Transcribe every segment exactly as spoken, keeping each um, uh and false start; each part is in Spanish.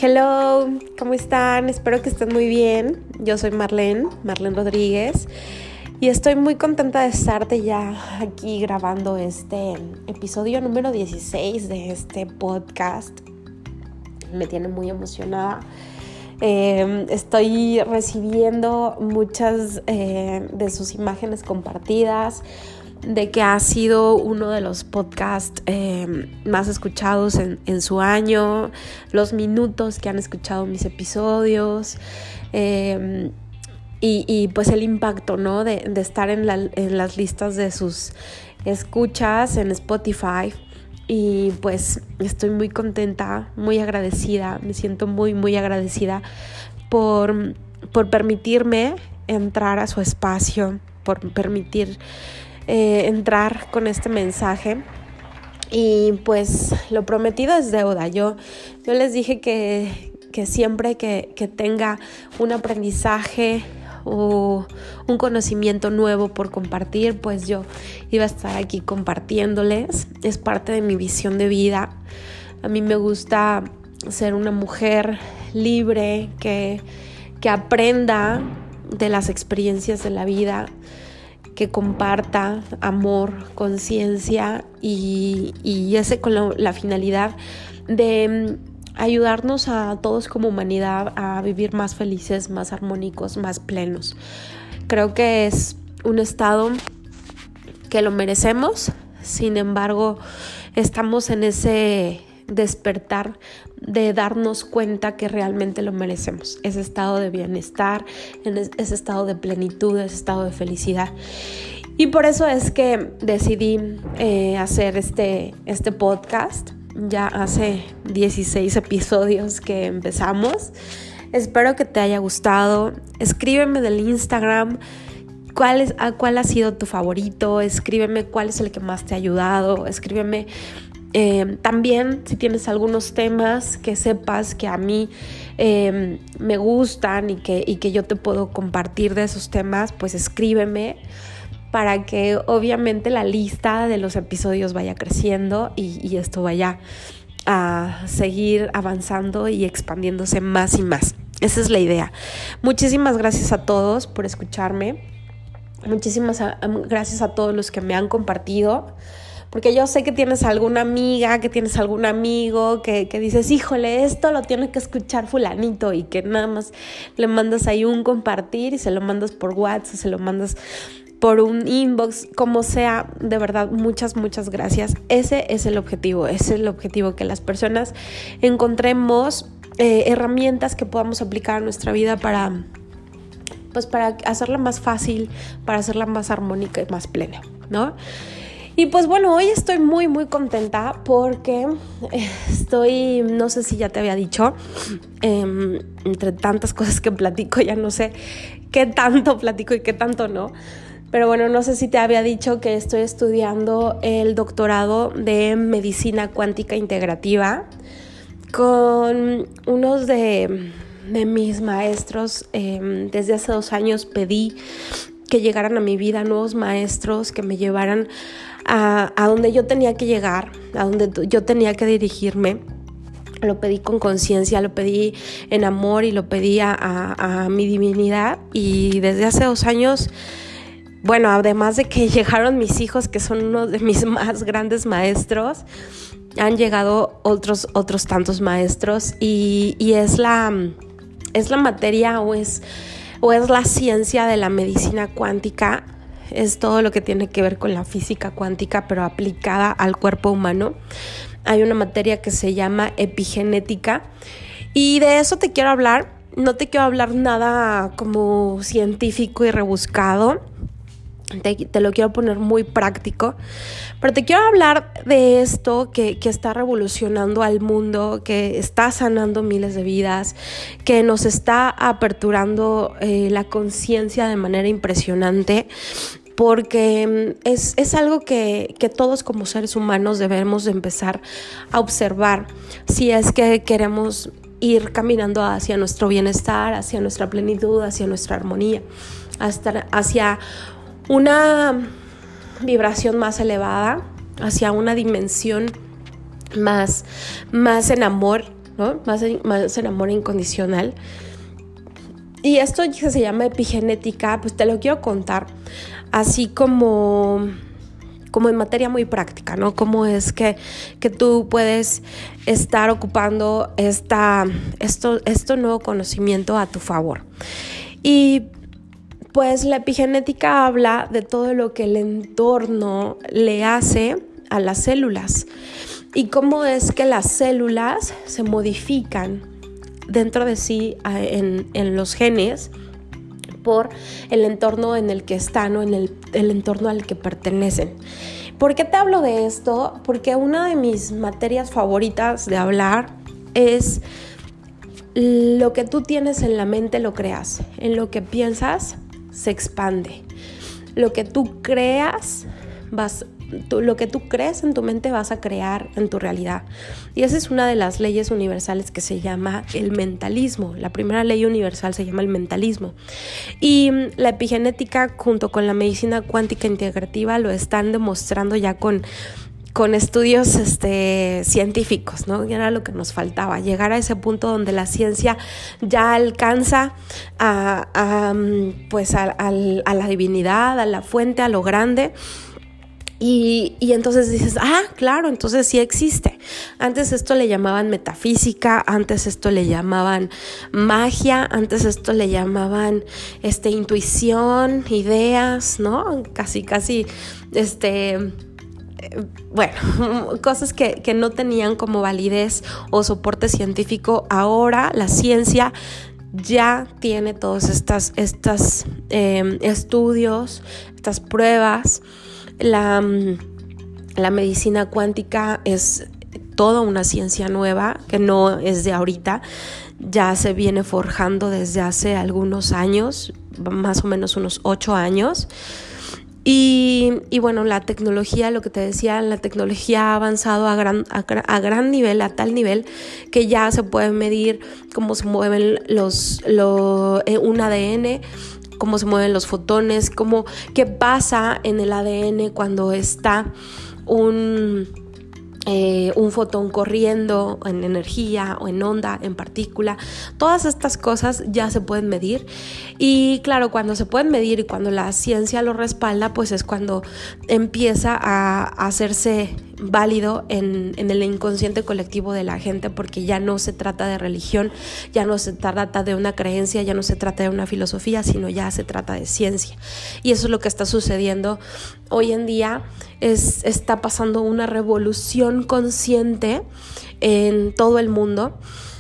Hello, ¿cómo están? Espero que estén muy bien. Yo soy Marlene, Marlene Rodríguez, y estoy muy contenta de estarte ya aquí grabando este episodio número dieciséis de este podcast. Me tiene muy emocionada. Eh, estoy recibiendo muchas eh, de sus imágenes compartidas, de que ha sido uno de los podcasts eh, más escuchados en, en su año, los minutos que han escuchado mis episodios eh, y, y pues el impacto, ¿no? de, de estar en, la, en las listas de sus escuchas en Spotify. Y pues estoy muy contenta, muy agradecida, me siento muy muy agradecida por, por permitirme entrar a su espacio, por permitir Eh, entrar con este mensaje. Y pues lo prometido es deuda. Yo, yo les dije que, que siempre que, que tenga un aprendizaje o un conocimiento nuevo por compartir, pues yo iba a estar aquí compartiéndoles. Es parte de mi visión de vida. A mí me gusta ser una mujer libre que, que aprenda de las experiencias de la vida, que comparta amor, conciencia y, y ese con la, la finalidad de ayudarnos a todos como humanidad a vivir más felices, más armónicos, más plenos. Creo que es un estado que lo merecemos, sin embargo, estamos en ese despertar de darnos cuenta que realmente lo merecemos, ese estado de bienestar, ese estado de plenitud, ese estado de felicidad. Y por eso es que decidí eh, hacer este, este podcast. Ya hace dieciséis episodios que empezamos. Espero que te haya gustado. Escríbeme del Instagram cuál es, a cuál ha sido tu favorito. Escríbeme cuál es el que más te ha ayudado. Escríbeme Eh, también si tienes algunos temas que sepas que a mí eh, me gustan y que, y que yo te puedo compartir de esos temas, pues escríbeme para que obviamente la lista de los episodios vaya creciendo y, y esto vaya a seguir avanzando y expandiéndose más y más. Esa es la idea. Muchísimas gracias a todos por escucharme. Muchísimas gracias a todos los que me han compartido. Porque yo sé que tienes alguna amiga, que tienes algún amigo, que, que dices, híjole, esto lo tiene que escuchar fulanito, y que nada más le mandas ahí un compartir y se lo mandas por WhatsApp, se lo mandas por un inbox, como sea. De verdad, muchas, muchas gracias. Ese es el objetivo, ese es el objetivo, que las personas encontremos eh, herramientas que podamos aplicar a nuestra vida para, pues para hacerla más fácil, para hacerla más armónica y más plena, ¿no? Y pues bueno, hoy estoy muy muy contenta porque estoy, no sé si ya te había dicho, eh, entre tantas cosas que platico, ya no sé qué tanto platico y qué tanto no, pero bueno, no sé si te había dicho que estoy estudiando el doctorado de medicina cuántica integrativa con unos de, de mis maestros. Eh, desde hace dos años pedí que llegaran a mi vida nuevos maestros que me llevaran a, a donde yo tenía que llegar, a donde yo tenía que dirigirme. Lo pedí con conciencia, lo pedí en amor y lo pedí a, a, a mi divinidad. Y desde hace dos años, bueno, además de que llegaron mis hijos, que son uno de mis más grandes maestros, han llegado otros, otros tantos maestros y, y es la, es la materia o es... o es la ciencia de la medicina cuántica. Es todo lo que tiene que ver con la física cuántica, pero aplicada al cuerpo humano. Hay una materia que se llama epigenética y de eso te quiero hablar. No te quiero hablar nada como científico y rebuscado. Te, te lo quiero poner muy práctico, pero te quiero hablar de esto que, que está revolucionando al mundo, que está sanando miles de vidas, que nos está aperturando eh, la conciencia de manera impresionante, porque es, es algo que, que todos como seres humanos debemos de empezar a observar si es que queremos ir caminando hacia nuestro bienestar, hacia nuestra plenitud, hacia nuestra armonía, hasta, hacia una vibración más elevada, hacia una dimensión más, más en amor ¿no? Más en, más en amor incondicional. Y esto que se llama epigenética, pues te lo quiero contar así como, como en materia muy práctica, ¿no? Cómo es que, que tú puedes estar ocupando esta, esto, este nuevo conocimiento a tu favor. Y pues la epigenética habla de todo lo que el entorno le hace a las células y cómo es que las células se modifican dentro de sí en, en los genes por el entorno en el que están o en el, el entorno al que pertenecen. ¿Por qué te hablo de esto? Porque una de mis materias favoritas de hablar es lo que tú tienes en la mente lo creas, en lo que piensas se expande, lo que tú creas vas Tú, lo que tú crees en tu mente vas a crear en tu realidad. Y esa es una de las leyes universales que se llama el mentalismo. La primera ley universal se llama el mentalismo. Y la epigenética junto con la medicina cuántica integrativa lo están demostrando ya con, con estudios este, científicos, ¿no? Y era lo que nos faltaba, llegar a ese punto donde la ciencia ya alcanza a, a, pues a, a, a la divinidad, a la fuente, a lo grande. Y, y entonces dices, ah, claro, entonces sí existe. Antes esto le llamaban metafísica, antes esto le llamaban magia, antes esto le llamaban este, intuición, ideas, ¿no? Casi, casi, este... bueno, cosas que, que no tenían como validez o soporte científico. Ahora la ciencia ya tiene todos estos estas, eh, estudios, estas pruebas. La, la medicina cuántica es toda una ciencia nueva que no es de ahorita, ya se viene forjando desde hace algunos años, más o menos unos ocho años. Y, y bueno, la tecnología, lo que te decía, la tecnología ha avanzado a gran, a, a gran nivel, a tal nivel que ya se puede medir cómo se mueven los, lo, un A D N, cómo se mueven los fotones, cómo, qué pasa en el A D N cuando está un, eh, un fotón corriendo en energía o en onda, en partícula. Todas estas cosas ya se pueden medir y claro, cuando se pueden medir y cuando la ciencia lo respalda, pues es cuando empieza a, a hacerse válido en, en el inconsciente colectivo de la gente, porque ya no se trata de religión, ya no se trata de una creencia, ya no se trata de una filosofía, sino ya se trata de ciencia. Y eso es lo que está sucediendo hoy en día. Es, está pasando una revolución consciente en todo el mundo.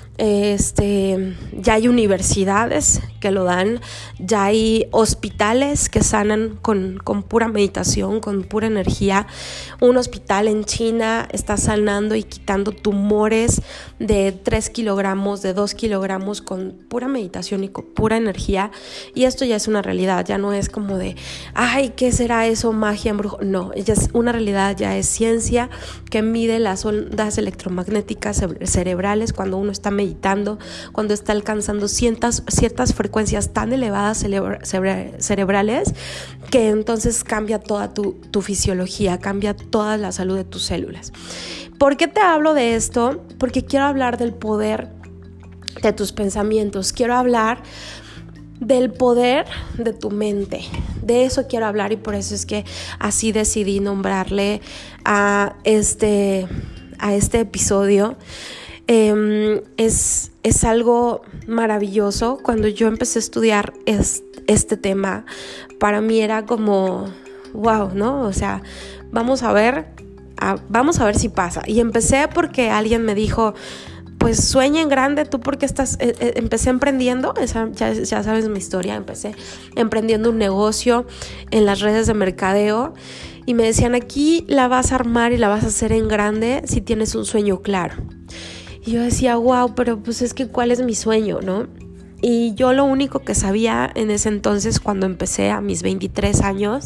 Este, ya hay universidades que lo dan, ya hay hospitales que sanan con, con pura meditación, con pura energía. Un hospital en China está sanando y quitando tumores de tres kilogramos, de dos kilogramos con pura meditación y con pura energía. Y esto ya es una realidad, ya no es como de, ay, ¿qué será eso? Magia, embrujo. No, ya es una realidad, ya es ciencia que mide las ondas electromagnéticas cerebrales cuando uno está meditando. meditando, cuando está alcanzando ciertas, ciertas frecuencias tan elevadas cerebra, cerebra, cerebrales que entonces cambia toda tu, tu fisiología, cambia toda la salud de tus células. ¿Por qué te hablo de esto? Porque quiero hablar del poder de tus pensamientos, quiero hablar del poder de tu mente, de eso quiero hablar y por eso es que así decidí nombrarle a este, a este episodio. Eh, es, es algo maravilloso. Cuando yo empecé a estudiar es, este tema, para mí era como wow, ¿no? O sea, vamos a ver, a, vamos a ver si pasa. Y empecé porque alguien me dijo, pues sueña en grande, tú porque estás, eh, eh, empecé emprendiendo, esa, ya, ya sabes mi historia, empecé emprendiendo un negocio en las redes de mercadeo y me decían, aquí la vas a armar y la vas a hacer en grande si tienes un sueño claro. Y yo decía, wow, pero pues es que ¿cuál es mi sueño, no? Y yo lo único que sabía en ese entonces, cuando empecé a mis veintitrés años,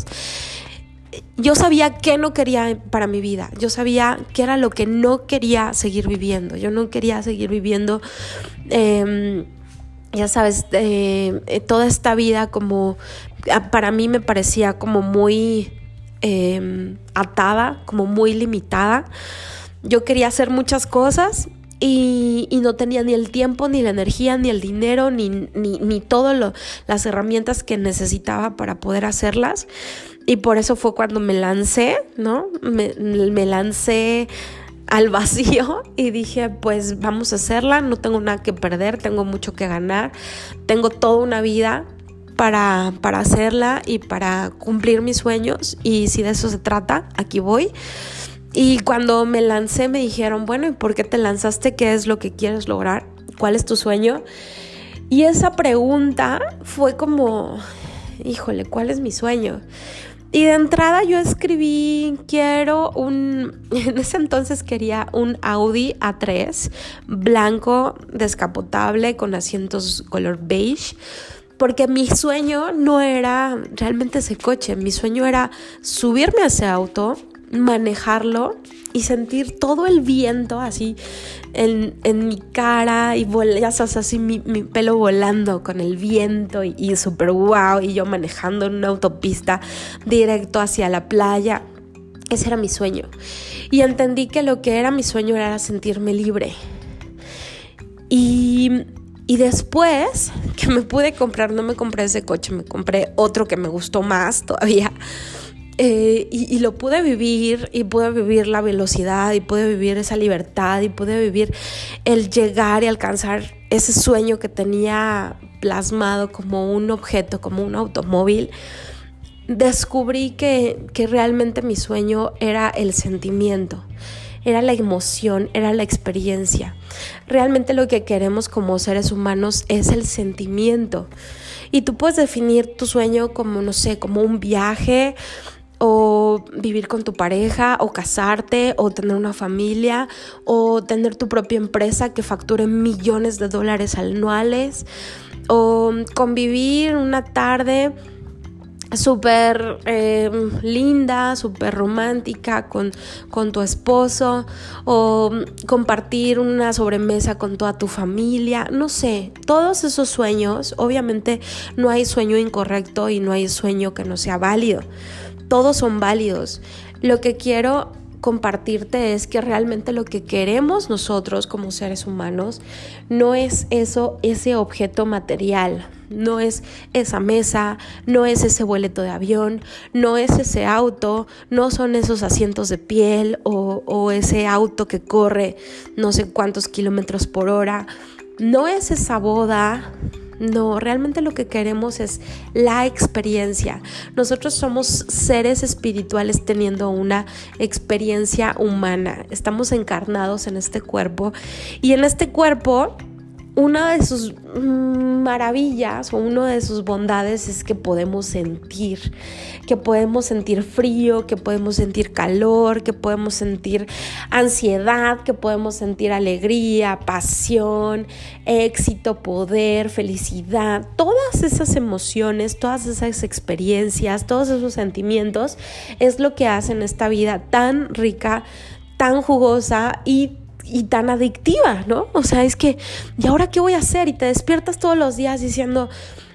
yo sabía qué no quería para mi vida. Yo sabía qué era lo que no quería seguir viviendo. Yo no quería seguir viviendo, eh, ya sabes, eh, toda esta vida como, para mí me parecía como muy eh, atada, como muy limitada. Yo quería hacer muchas cosas Y, y no tenía ni el tiempo, ni la energía, ni el dinero, ni, ni, ni todas las herramientas que necesitaba para poder hacerlas. Y por eso fue cuando me lancé, ¿no? Me, me lancé al vacío y dije, pues vamos a hacerla, no tengo nada que perder, tengo mucho que ganar, tengo toda una vida para, para hacerla y para cumplir mis sueños, y si de eso se trata, aquí voy. Y cuando me lancé me dijeron, bueno, ¿y por qué te lanzaste? ¿Qué es lo que quieres lograr? ¿Cuál es tu sueño? Y esa pregunta fue como, híjole, ¿cuál es mi sueño? Y de entrada yo escribí, quiero un, en ese entonces quería un Audi A tres blanco, descapotable, con asientos color beige, porque mi sueño no era realmente ese coche, mi sueño era subirme a ese auto, manejarlo y sentir todo el viento así en, en mi cara y vol- ya sabes, así mi, mi pelo volando con el viento y, y súper guau, y yo manejando en una autopista directo hacia la playa. Ese era mi sueño, y entendí que lo que era mi sueño era sentirme libre. Y, y después que me pude comprar, no me compré ese coche, me compré otro que me gustó más todavía. Eh, y, y lo pude vivir, y pude vivir la velocidad, y pude vivir esa libertad, y pude vivir el llegar y alcanzar ese sueño que tenía plasmado como un objeto, como un automóvil. Descubrí que, que realmente mi sueño era el sentimiento, era la emoción, era la experiencia. Realmente lo que queremos como seres humanos es el sentimiento. Y tú puedes definir tu sueño como, no sé, como un viaje, o vivir con tu pareja, o casarte, o tener una familia, o tener tu propia empresa que facture millones de dólares anuales, o convivir una tarde súper eh, linda, súper romántica con, con tu esposo, o compartir una sobremesa con toda tu familia. No sé, todos esos sueños, obviamente no hay sueño incorrecto y no hay sueño que no sea válido. Todos son válidos. Lo que quiero compartirte es que realmente lo que queremos nosotros como seres humanos no es eso, ese objeto material, no es esa mesa, no es ese boleto de avión, no es ese auto, no son esos asientos de piel o, o ese auto que corre no sé cuántos kilómetros por hora, no es esa boda. No, realmente lo que queremos es la experiencia. Nosotros somos seres espirituales teniendo una experiencia humana. Estamos encarnados en este cuerpo, y en este cuerpo una de sus maravillas o una de sus bondades es que podemos sentir, que podemos sentir frío, que podemos sentir calor, que podemos sentir ansiedad, que podemos sentir alegría, pasión, éxito, poder, felicidad. Todas esas emociones, todas esas experiencias, todos esos sentimientos es lo que hacen esta vida tan rica, tan jugosa y y tan adictiva, ¿no? O sea, es que, ¿y ahora qué voy a hacer? Y te despiertas todos los días diciendo,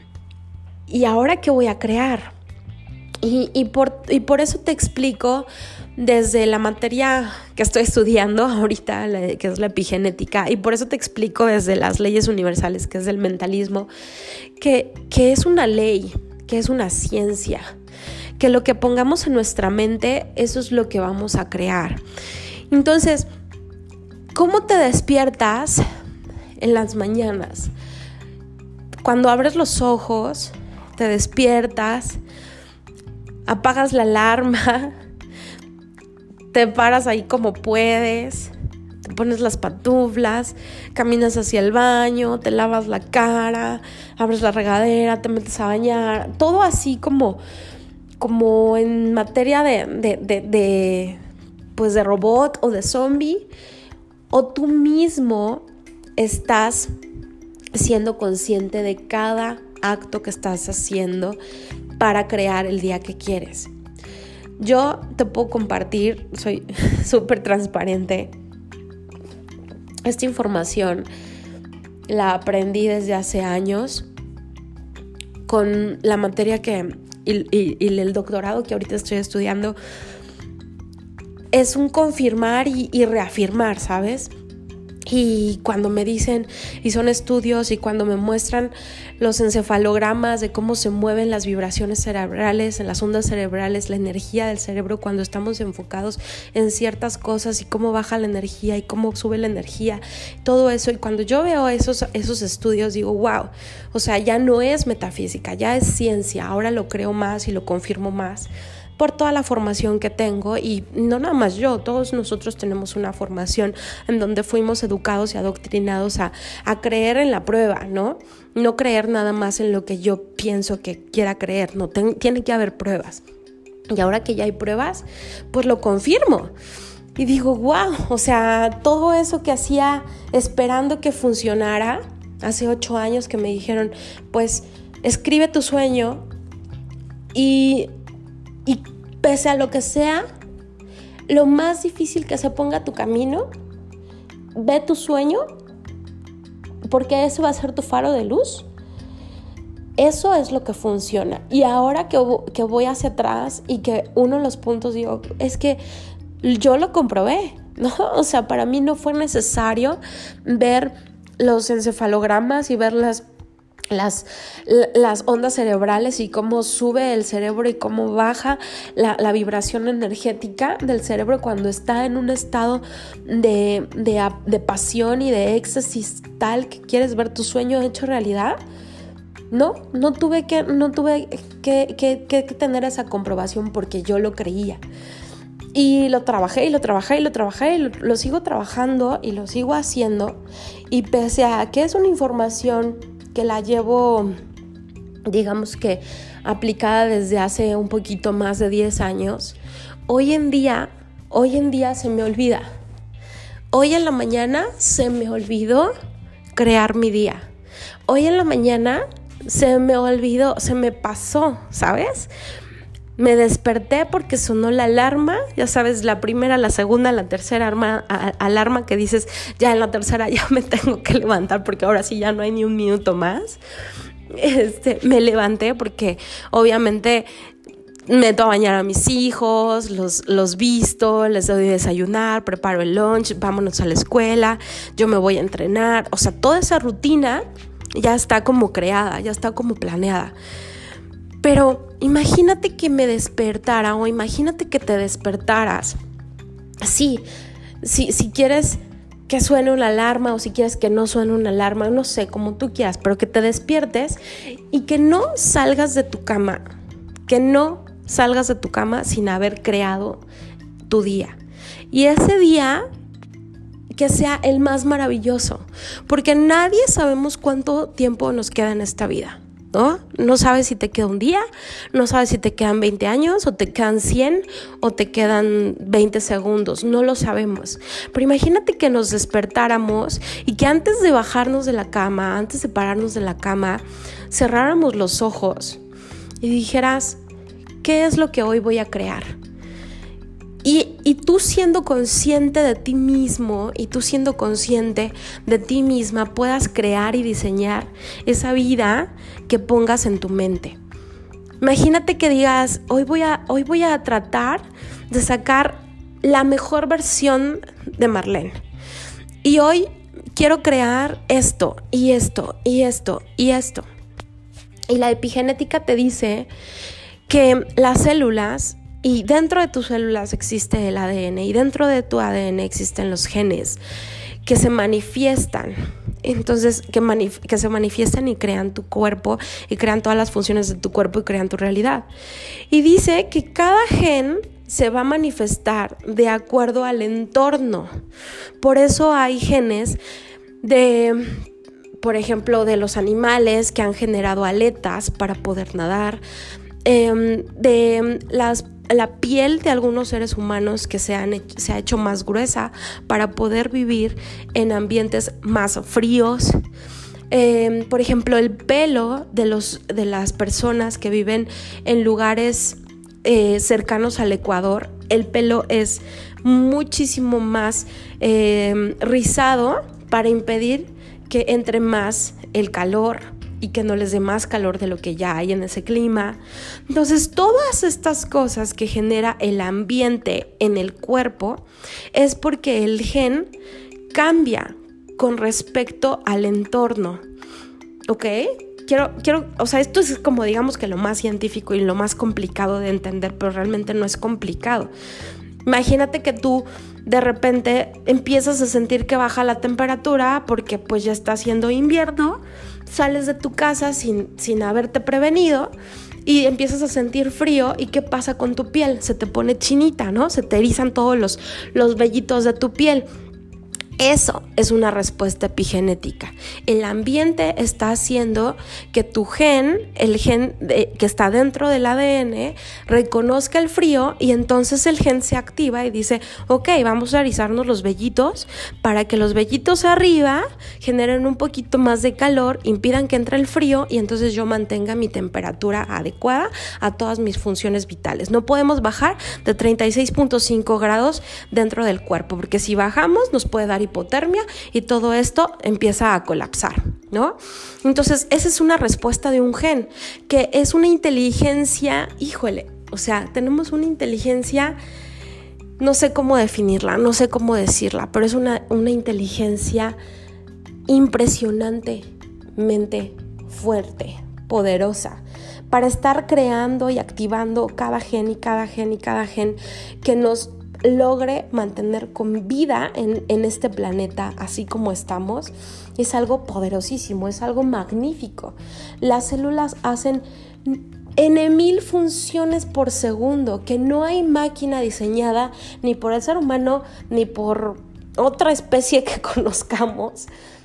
¿y ahora qué voy a crear? Y, y, por, y por eso te explico desde la materia que estoy estudiando ahorita, la, que es la epigenética, y por eso te explico desde las leyes universales, que es el mentalismo, que, que es una ley, que es una ciencia, que lo que pongamos en nuestra mente, eso es lo que vamos a crear. Entonces, ¿cómo te despiertas en las mañanas? Cuando abres los ojos, te despiertas, apagas la alarma, te paras ahí como puedes, te pones las pantuflas, caminas hacia el baño, te lavas la cara, abres la regadera, te metes a bañar, todo así como, como en materia de, de, de, de, pues de robot o de zombie. O tú mismo estás siendo consciente de cada acto que estás haciendo para crear el día que quieres. Yo te puedo compartir, soy súper transparente. Esta información la aprendí desde hace años con la materia que y, y, y el doctorado que ahorita estoy estudiando. Es un confirmar y, y reafirmar, ¿sabes? Y cuando me dicen, y son estudios, y cuando me muestran los encefalogramas de cómo se mueven las vibraciones cerebrales, en las ondas cerebrales, la energía del cerebro cuando estamos enfocados en ciertas cosas y cómo baja la energía y cómo sube la energía, todo eso. Y cuando yo veo esos, esos estudios digo, wow, o sea, ya no es metafísica, ya es ciencia, ahora lo creo más y lo confirmo más por toda la formación que tengo. Y no nada más yo, todos nosotros tenemos una formación en donde fuimos educados y adoctrinados a, a creer en la prueba, ¿no? No creer nada más en lo que yo pienso que quiera creer, no, ten, tiene que haber pruebas. Y ahora que ya hay pruebas, pues lo confirmo. Y digo, wow, o sea, todo eso que hacía esperando que funcionara, hace ocho años que me dijeron, pues escribe tu sueño y... Y pese a lo que sea, lo más difícil que se ponga a tu camino, ve tu sueño, porque ese va a ser tu faro de luz. Eso es lo que funciona. Y ahora que, que voy hacia atrás y que uno de los puntos digo, es que yo lo comprobé, ¿no? O sea, para mí no fue necesario ver los encefalogramas y ver las Las, las ondas cerebrales y cómo sube el cerebro y cómo baja la, la vibración energética del cerebro cuando está en un estado de, de, de pasión y de éxtasis tal que quieres ver tu sueño hecho realidad. No, no tuve que, no tuve que, que, que, que tener esa comprobación porque yo lo creía. Y lo trabajé y lo trabajé y lo trabajé y lo, lo sigo trabajando y lo sigo haciendo. Y pese a que es una información que la llevo, digamos que aplicada desde hace un poquito más de diez años, hoy en día, hoy en día se me olvida. Hoy en la mañana se me olvidó crear mi día. Hoy en la mañana se me olvidó, se me pasó, ¿sabes? Me desperté porque sonó la alarma, ya sabes, la primera, la segunda, la tercera arma, a, alarma que dices, ya en la tercera ya me tengo que levantar porque ahora sí ya no hay ni un minuto más. Este, me levanté porque obviamente meto a bañar a mis hijos, los, los visto, les doy de desayunar, preparo el lunch, vámonos a la escuela, yo me voy a entrenar. O sea, toda esa rutina ya está como creada, ya está como planeada. Pero imagínate que me despertara o imagínate que te despertaras. Sí, sí, si quieres que suene una alarma o si quieres que no suene una alarma, no sé, como tú quieras, pero que te despiertes y que no salgas de tu cama, que no salgas de tu cama sin haber creado tu día. Y ese día que sea el más maravilloso, porque nadie sabemos cuánto tiempo nos queda en esta vida. ¿No? No sabes si te queda un día, no sabes si te quedan veinte años o te quedan cien o te quedan veinte segundos, no lo sabemos. Pero imagínate que nos despertáramos y que antes de bajarnos de la cama, antes de pararnos de la cama, cerráramos los ojos y dijeras, ¿qué es lo que hoy voy a crear? Y, y tú siendo consciente de ti mismo y tú siendo consciente de ti misma puedas crear y diseñar esa vida que pongas en tu mente. Imagínate que digas, hoy voy a, hoy voy a tratar de sacar la mejor versión de Marlene. Y hoy quiero crear esto y esto y esto y esto. Y la epigenética te dice que las células, y dentro de tus células existe el A D N y dentro de tu A D N existen los genes que se manifiestan, entonces que, manif- que se manifiestan y crean tu cuerpo y crean todas las funciones de tu cuerpo y crean tu realidad. Y dice que cada gen se va a manifestar de acuerdo al entorno. Por eso hay genes de, por ejemplo, de los animales que han generado aletas para poder nadar, eh, de las la piel de algunos seres humanos que se, han hecho, se ha hecho más gruesa para poder vivir en ambientes más fríos. Eh, por ejemplo, el pelo de, los, de las personas que viven en lugares eh, cercanos al Ecuador, el pelo es muchísimo más eh, rizado para impedir que entre más el calor y que no les dé más calor de lo que ya hay en ese clima. Entonces, todas estas cosas que genera el ambiente en el cuerpo es porque el gen cambia con respecto al entorno, ¿ok? Quiero, quiero, o sea, esto es como digamos que lo más científico y lo más complicado de entender, pero realmente no es complicado. Imagínate que tú de repente empiezas a sentir que baja la temperatura porque pues ya está haciendo invierno, sales de tu casa sin, sin haberte prevenido y empiezas a sentir frío. ¿Y qué pasa con tu piel? Se te pone chinita, ¿no? Se te erizan todos los, los vellitos de tu piel. Eso es una respuesta epigenética. El ambiente está haciendo que tu gen, el gen de, que está dentro del A D N, reconozca el frío y entonces el gen se activa y dice, ok, vamos a erizarnos los vellitos para que los vellitos arriba generen un poquito más de calor, impidan que entre el frío y entonces yo mantenga mi temperatura adecuada a todas mis funciones vitales. No podemos bajar de treinta y seis punto cinco grados dentro del cuerpo, porque si bajamos nos puede dar hipotermia y todo esto empieza a colapsar, ¿no? Entonces, esa es una respuesta de un gen, que es una inteligencia, híjole, o sea, tenemos una inteligencia, no sé cómo definirla, no sé cómo decirla, pero es una, una inteligencia impresionantemente fuerte, poderosa, para estar creando y activando cada gen y cada gen y cada gen que nos logre mantener con vida en, en este planeta así como estamos. Es algo poderosísimo, es algo magnífico. Las células hacen N mil funciones por segundo, que no hay máquina diseñada ni por el ser humano ni por otra especie que conozcamos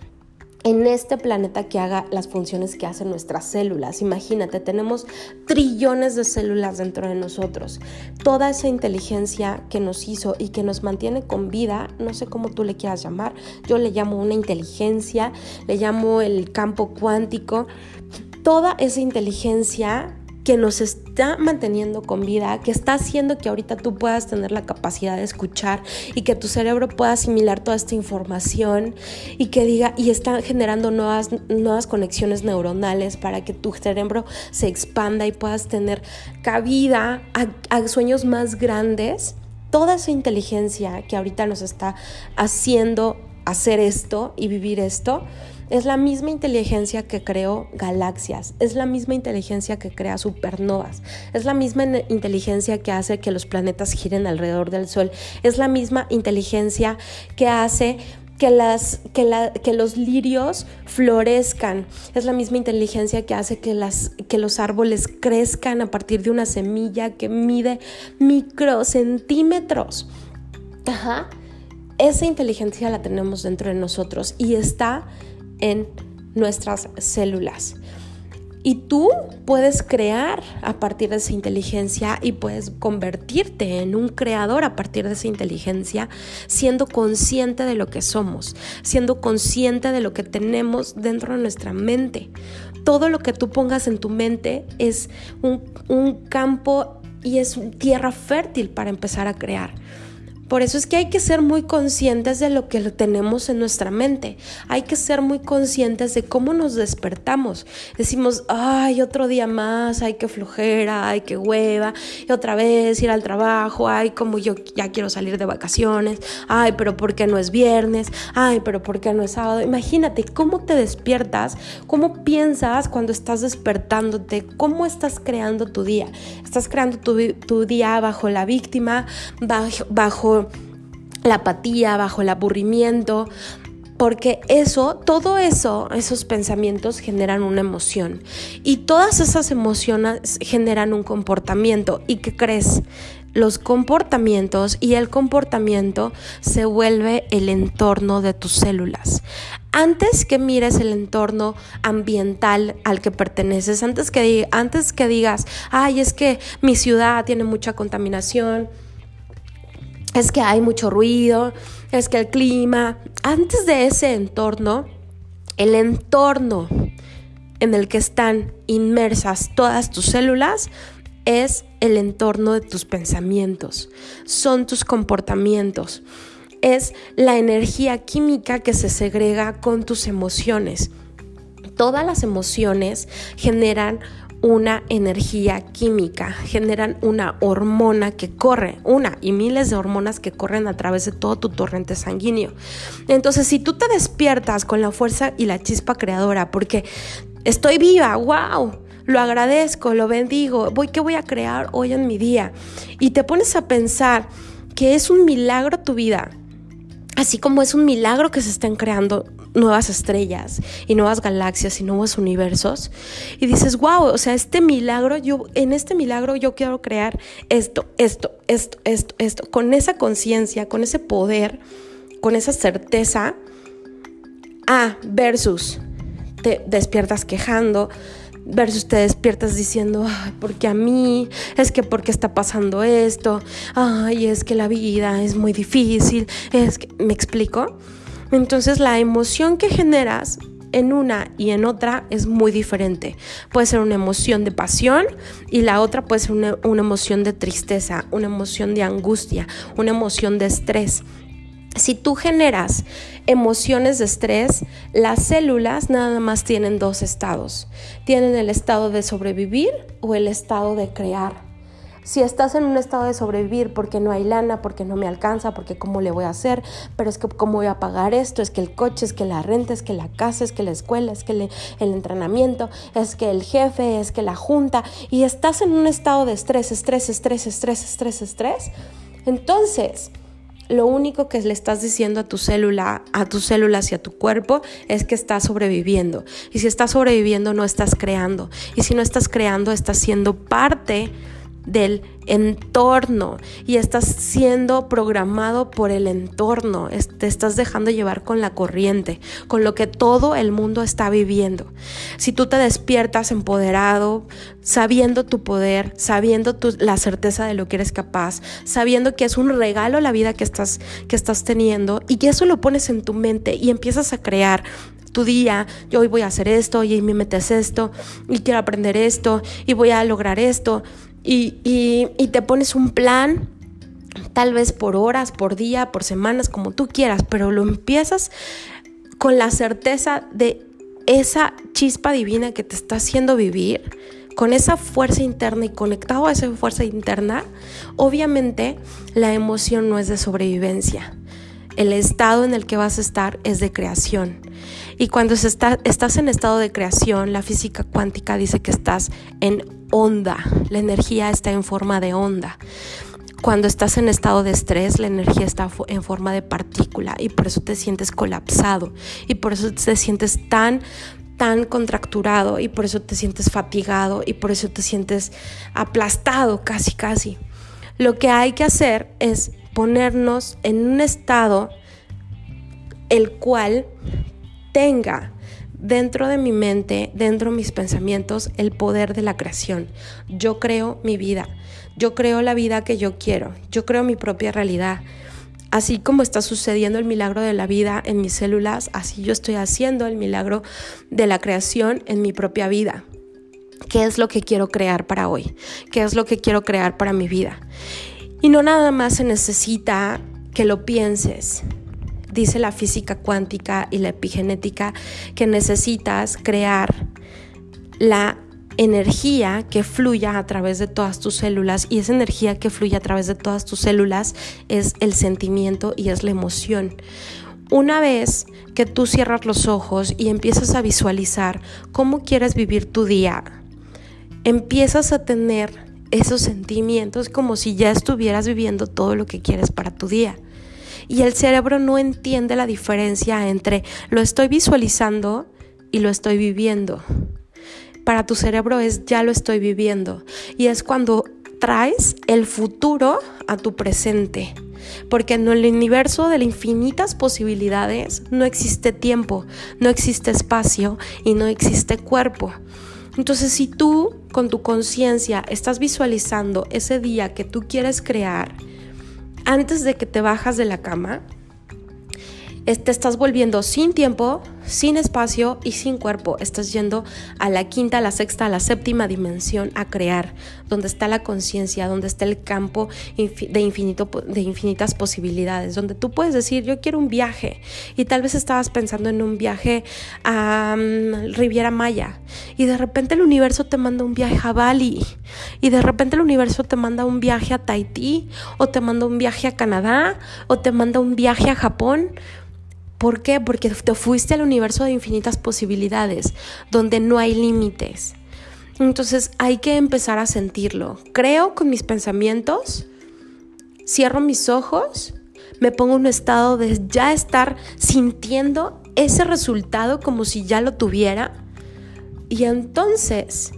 en este planeta que haga las funciones que hacen nuestras células. Imagínate, tenemos trillones de células dentro de nosotros. Toda esa inteligencia que nos hizo y que nos mantiene con vida, no sé cómo tú le quieras llamar, yo le llamo una inteligencia, le llamo el campo cuántico, toda esa inteligencia que nos está manteniendo con vida, que está haciendo que ahorita tú puedas tener la capacidad de escuchar y que tu cerebro pueda asimilar toda esta información y que diga, y está generando nuevas, nuevas conexiones neuronales para que tu cerebro se expanda y puedas tener cabida a, a sueños más grandes. Toda esa inteligencia que ahorita nos está haciendo hacer esto y vivir esto, es la misma inteligencia que creó galaxias, es la misma inteligencia que crea supernovas, es la misma inteligencia que hace que los planetas giren alrededor del Sol, es la misma inteligencia que hace que, las, que, la, que los lirios florezcan, es la misma inteligencia que hace que, las, que los árboles crezcan a partir de una semilla que mide microcentímetros. Ajá. Esa inteligencia la tenemos dentro de nosotros y está en nuestras células. Y tú puedes crear a partir de esa inteligencia y puedes convertirte en un creador a partir de esa inteligencia, siendo consciente de lo que somos, siendo consciente de lo que tenemos dentro de nuestra mente. Todo lo que tú pongas en tu mente es un, un campo y es tierra fértil para empezar a crear. Por eso es que hay que ser muy conscientes de lo que tenemos en nuestra mente. Hay que ser muy conscientes de cómo nos despertamos. Decimos, ay, otro día más, ay, qué flojera, ay, qué hueva, y otra vez ir al trabajo, ay, como yo ya quiero salir de vacaciones, ay, pero ¿por qué no es viernes? Ay, pero ¿por qué no es sábado? Imagínate cómo te despiertas, cómo piensas cuando estás despertándote, cómo estás creando tu día. Estás creando tu, tu día bajo la víctima, bajo, bajo la apatía, bajo el aburrimiento, porque eso, todo eso, esos pensamientos generan una emoción y todas esas emociones generan un comportamiento. ¿Y qué crees? Los comportamientos y el comportamiento se vuelve el entorno de tus células. Antes que mires el entorno ambiental al que perteneces, antes que, antes que digas, ay, es que mi ciudad tiene mucha contaminación, es que hay mucho ruido, es que el clima, antes de ese entorno, el entorno en el que están inmersas todas tus células es el entorno de tus pensamientos, son tus comportamientos, es la energía química que se segrega con tus emociones. Todas las emociones generan una energía química, generan una hormona que corre, una y miles de hormonas que corren a través de todo tu torrente sanguíneo. Entonces, si tú te despiertas con la fuerza y la chispa creadora, porque estoy viva, wow, lo agradezco, lo bendigo, voy, ¿qué voy a crear hoy en mi día? Y te pones a pensar que es un milagro tu vida, así como es un milagro que se estén creando nuevas estrellas y nuevas galaxias y nuevos universos, y dices, wow, o sea, este milagro, yo, en este milagro yo quiero crear esto, esto, esto, esto, esto, con esa conciencia, con ese poder, con esa certeza, ah, versus te despiertas quejando, versus te despiertas diciendo, ay, porque a mí, es que porque está pasando esto, ay, es que la vida es muy difícil, es que, ¿me explico? Entonces la emoción que generas en una y en otra es muy diferente. Puede ser una emoción de pasión y la otra puede ser una, una emoción de tristeza, una emoción de angustia, una emoción de estrés. Si tú generas emociones de estrés, las células nada más tienen dos estados. Tienen el estado de sobrevivir o el estado de crear. Si estás en un estado de sobrevivir porque no hay lana, porque no me alcanza, porque cómo le voy a hacer, pero es que cómo voy a pagar esto, es que el coche, es que la renta, es que la casa, es que la escuela, es que el, el entrenamiento, es que el jefe, es que la junta, y estás en un estado de estrés, estrés, estrés, estrés, estrés, estrés, entonces lo único que le estás diciendo a tu célula, a tus células y a tu cuerpo es que estás sobreviviendo. Y si estás sobreviviendo, no estás creando. Y si no estás creando, estás siendo parte del entorno y estás siendo programado por el entorno, te estás dejando llevar con la corriente, con lo que todo el mundo está viviendo. Si tú te despiertas empoderado, sabiendo tu poder, sabiendo tu, la certeza de lo que eres capaz, sabiendo que es un regalo la vida que estás, que estás teniendo, y que eso lo pones en tu mente y empiezas a crear tu día, yo hoy voy a hacer esto y me metes esto y quiero aprender esto y voy a lograr esto. Y, y, y te pones un plan, tal vez por horas, por día, por semanas, como tú quieras, pero lo empiezas con la certeza de esa chispa divina que te está haciendo vivir, con esa fuerza interna y conectado a esa fuerza interna. Obviamente la emoción no es de sobrevivencia. El estado en el que vas a estar es de creación. Y cuando se está, estás en estado de creación, la física cuántica dice que estás en onda. La energía está en forma de onda. Cuando estás en estado de estrés, la energía está en forma de partícula, y por eso te sientes colapsado, y por eso te sientes tan, tan contracturado, y por eso te sientes fatigado, y por eso te sientes aplastado casi, casi. Lo que hay que hacer es ponernos en un estado el cual tenga dentro de mi mente, dentro de mis pensamientos, el poder de la creación. Yo creo mi vida, yo creo la vida que yo quiero, yo creo mi propia realidad. Así como está sucediendo el milagro de la vida en mis células, así yo estoy haciendo el milagro de la creación en mi propia vida. ¿Qué es lo que quiero crear para hoy? ¿Qué es lo que quiero crear para mi vida? Y no nada más se necesita que lo pienses. Dice la física cuántica y la epigenética que necesitas crear la energía que fluya a través de todas tus células, y esa energía que fluye a través de todas tus células es el sentimiento y es la emoción. Una vez que tú cierras los ojos y empiezas a visualizar cómo quieres vivir tu día, empiezas a tener esos sentimientos como si ya estuvieras viviendo todo lo que quieres para tu día. Y el cerebro no entiende la diferencia entre lo estoy visualizando y lo estoy viviendo. Para tu cerebro es ya lo estoy viviendo, y es cuando traes el futuro a tu presente, porque en el universo de las infinitas posibilidades no existe tiempo, no existe espacio y no existe cuerpo. Entonces, si tú con tu conciencia estás visualizando ese día que tú quieres crear, antes de que te bajas de la cama, te estás volviendo sin tiempo, sin espacio y sin cuerpo. Estás yendo a la quinta, a la sexta, a la séptima dimensión a crear, donde está la conciencia, donde está el campo de, infinito, de infinitas posibilidades, donde tú puedes decir, yo quiero un viaje, y tal vez estabas pensando en un viaje a um, Riviera Maya, y de repente el universo te manda un viaje a Bali, y de repente el universo te manda un viaje a Tahití, o te manda un viaje a Canadá, o te manda un viaje a Japón. ¿Por qué? Porque te fuiste al universo de infinitas posibilidades, donde no hay límites. Entonces hay que empezar a sentirlo. Creo con mis pensamientos, cierro mis ojos, me pongo en un estado de ya estar sintiendo ese resultado como si ya lo tuviera. Y entonces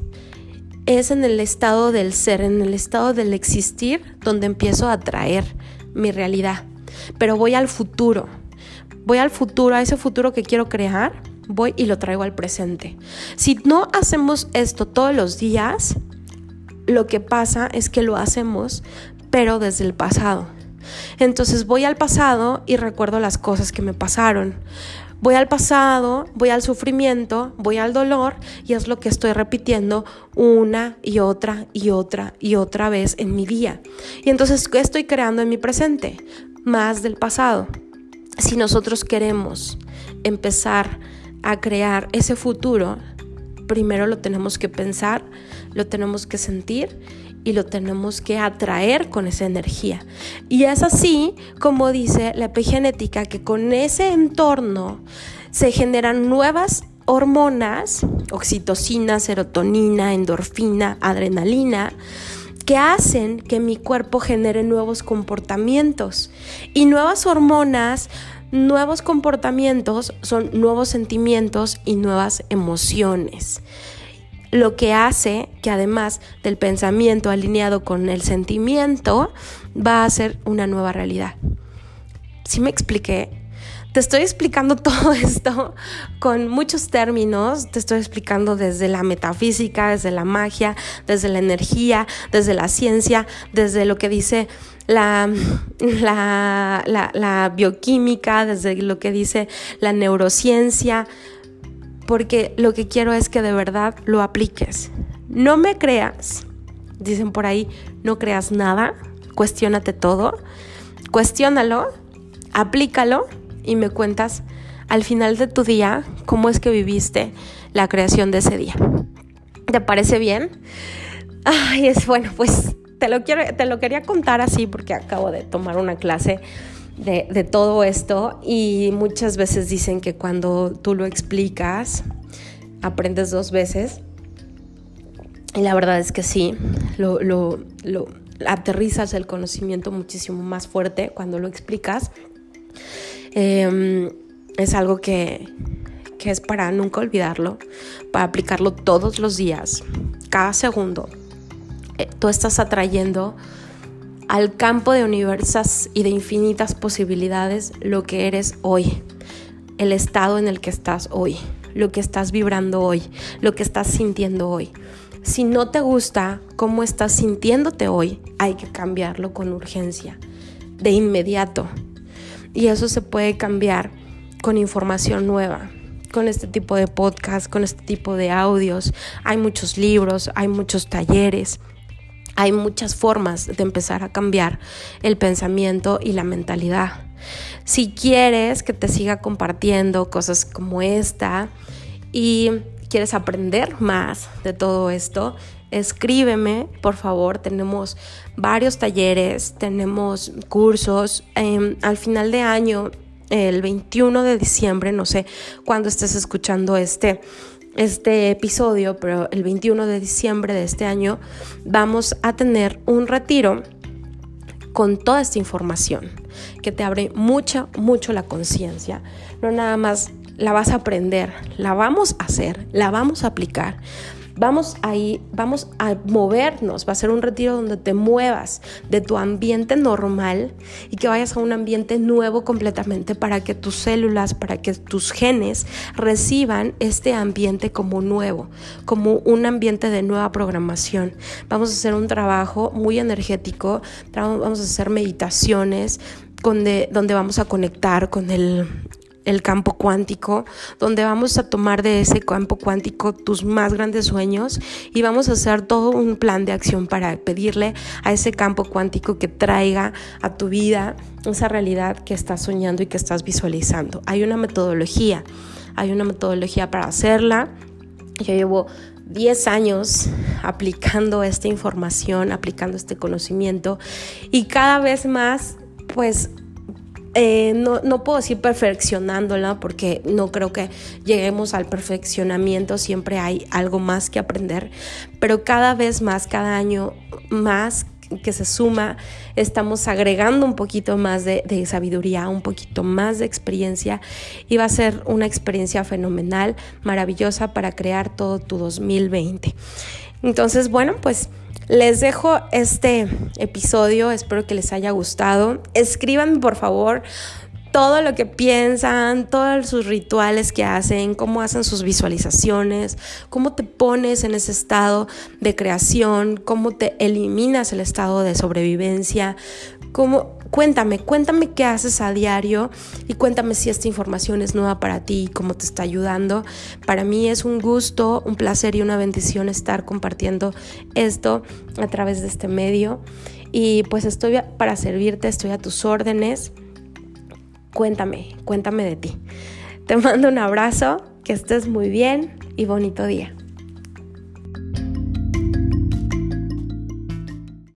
es en el estado del ser, en el estado del existir, donde empiezo a atraer mi realidad. Pero voy al futuro. Voy al futuro, a ese futuro que quiero crear, voy y lo traigo al presente. Si no hacemos esto todos los días, lo que pasa es que lo hacemos, pero desde el pasado. Entonces voy al pasado y recuerdo las cosas que me pasaron. Voy al pasado, voy al sufrimiento, voy al dolor, y es lo que estoy repitiendo una y otra y otra y otra vez en mi día. Y entonces, ¿qué estoy creando en mi presente? Más del pasado. Si nosotros queremos empezar a crear ese futuro, primero lo tenemos que pensar, lo tenemos que sentir y lo tenemos que atraer con esa energía. Y es así como dice la epigenética, que con ese entorno se generan nuevas hormonas, oxitocina, serotonina, endorfina, adrenalina, que hacen que mi cuerpo genere nuevos comportamientos. Y nuevas hormonas, nuevos comportamientos son nuevos sentimientos y nuevas emociones. Lo que hace que, además del pensamiento alineado con el sentimiento, va a ser una nueva realidad. ¿Sí me expliqué? Te estoy explicando todo esto con muchos términos, te estoy explicando desde la metafísica, desde la magia, desde la energía, desde la ciencia, desde lo que dice la, la, la, la bioquímica, desde lo que dice la neurociencia, porque lo que quiero es que de verdad lo apliques. No me creas, dicen por ahí, no creas nada, cuestiónate todo, cuestiónalo, aplícalo, y me cuentas al final de tu día cómo es que viviste la creación de ese día. ¿Te parece bien? Ay, es bueno, pues te lo quiero, te lo quería contar así porque acabo de tomar una clase de, de todo esto, y muchas veces dicen que cuando tú lo explicas aprendes dos veces, y la verdad es que sí, lo, lo, lo aterrizas el conocimiento muchísimo más fuerte cuando lo explicas. Eh, es algo que, que es para nunca olvidarlo, para aplicarlo todos los días, cada segundo. Eh, tú estás atrayendo al campo de universas y de infinitas posibilidades lo que eres hoy, el estado en el que estás hoy, lo que estás vibrando hoy, lo que estás sintiendo hoy. Si no te gusta cómo estás sintiéndote hoy, hay que cambiarlo con urgencia, de inmediato. Y eso se puede cambiar con información nueva, con este tipo de podcast, con este tipo de audios. Hay muchos libros, hay muchos talleres, hay muchas formas de empezar a cambiar el pensamiento y la mentalidad. Si quieres que te siga compartiendo cosas como esta y quieres aprender más de todo esto, escríbeme, por favor. Tenemos varios talleres, tenemos cursos. Eh, al final de año, el veintiuno de diciembre, no sé cuándo estés escuchando este, este episodio, pero el veintiuno de diciembre de este año vamos a tener un retiro con toda esta información que te abre mucho, mucho la conciencia. No nada más la vas a aprender, la vamos a hacer, la vamos a aplicar. Vamos ahí, vamos a movernos. Va a ser un retiro donde te muevas de tu ambiente normal y que vayas a un ambiente nuevo completamente, para que tus células, para que tus genes reciban este ambiente como nuevo, como un ambiente de nueva programación. Vamos a hacer un trabajo muy energético, vamos a hacer meditaciones donde, donde vamos a conectar con el el campo cuántico, donde vamos a tomar de ese campo cuántico tus más grandes sueños y vamos a hacer todo un plan de acción para pedirle a ese campo cuántico que traiga a tu vida esa realidad que estás soñando y que estás visualizando. Hay una metodología, hay una metodología para hacerla. Yo llevo diez años aplicando esta información, aplicando este conocimiento y cada vez más, pues, eh, no, no puedo decir perfeccionándola porque no creo que lleguemos al perfeccionamiento, siempre hay algo más que aprender, pero cada vez más, cada año más que se suma, estamos agregando un poquito más de, de sabiduría, un poquito más de experiencia y va a ser una experiencia fenomenal, maravillosa para crear todo tu dos mil veinte. Entonces, bueno, pues les dejo este episodio, espero que les haya gustado. Escríbanme, por favor, todo lo que piensan, todos sus rituales que hacen, cómo hacen sus visualizaciones, cómo te pones en ese estado de creación, cómo te eliminas el estado de sobrevivencia, cómo, cuéntame, cuéntame qué haces a diario y cuéntame si esta información es nueva para ti y cómo te está ayudando. Para mí es un gusto, un placer y una bendición estar compartiendo esto a través de este medio y pues estoy para servirte, estoy a tus órdenes. Cuéntame, cuéntame de ti. Te mando un abrazo, que estés muy bien y bonito día.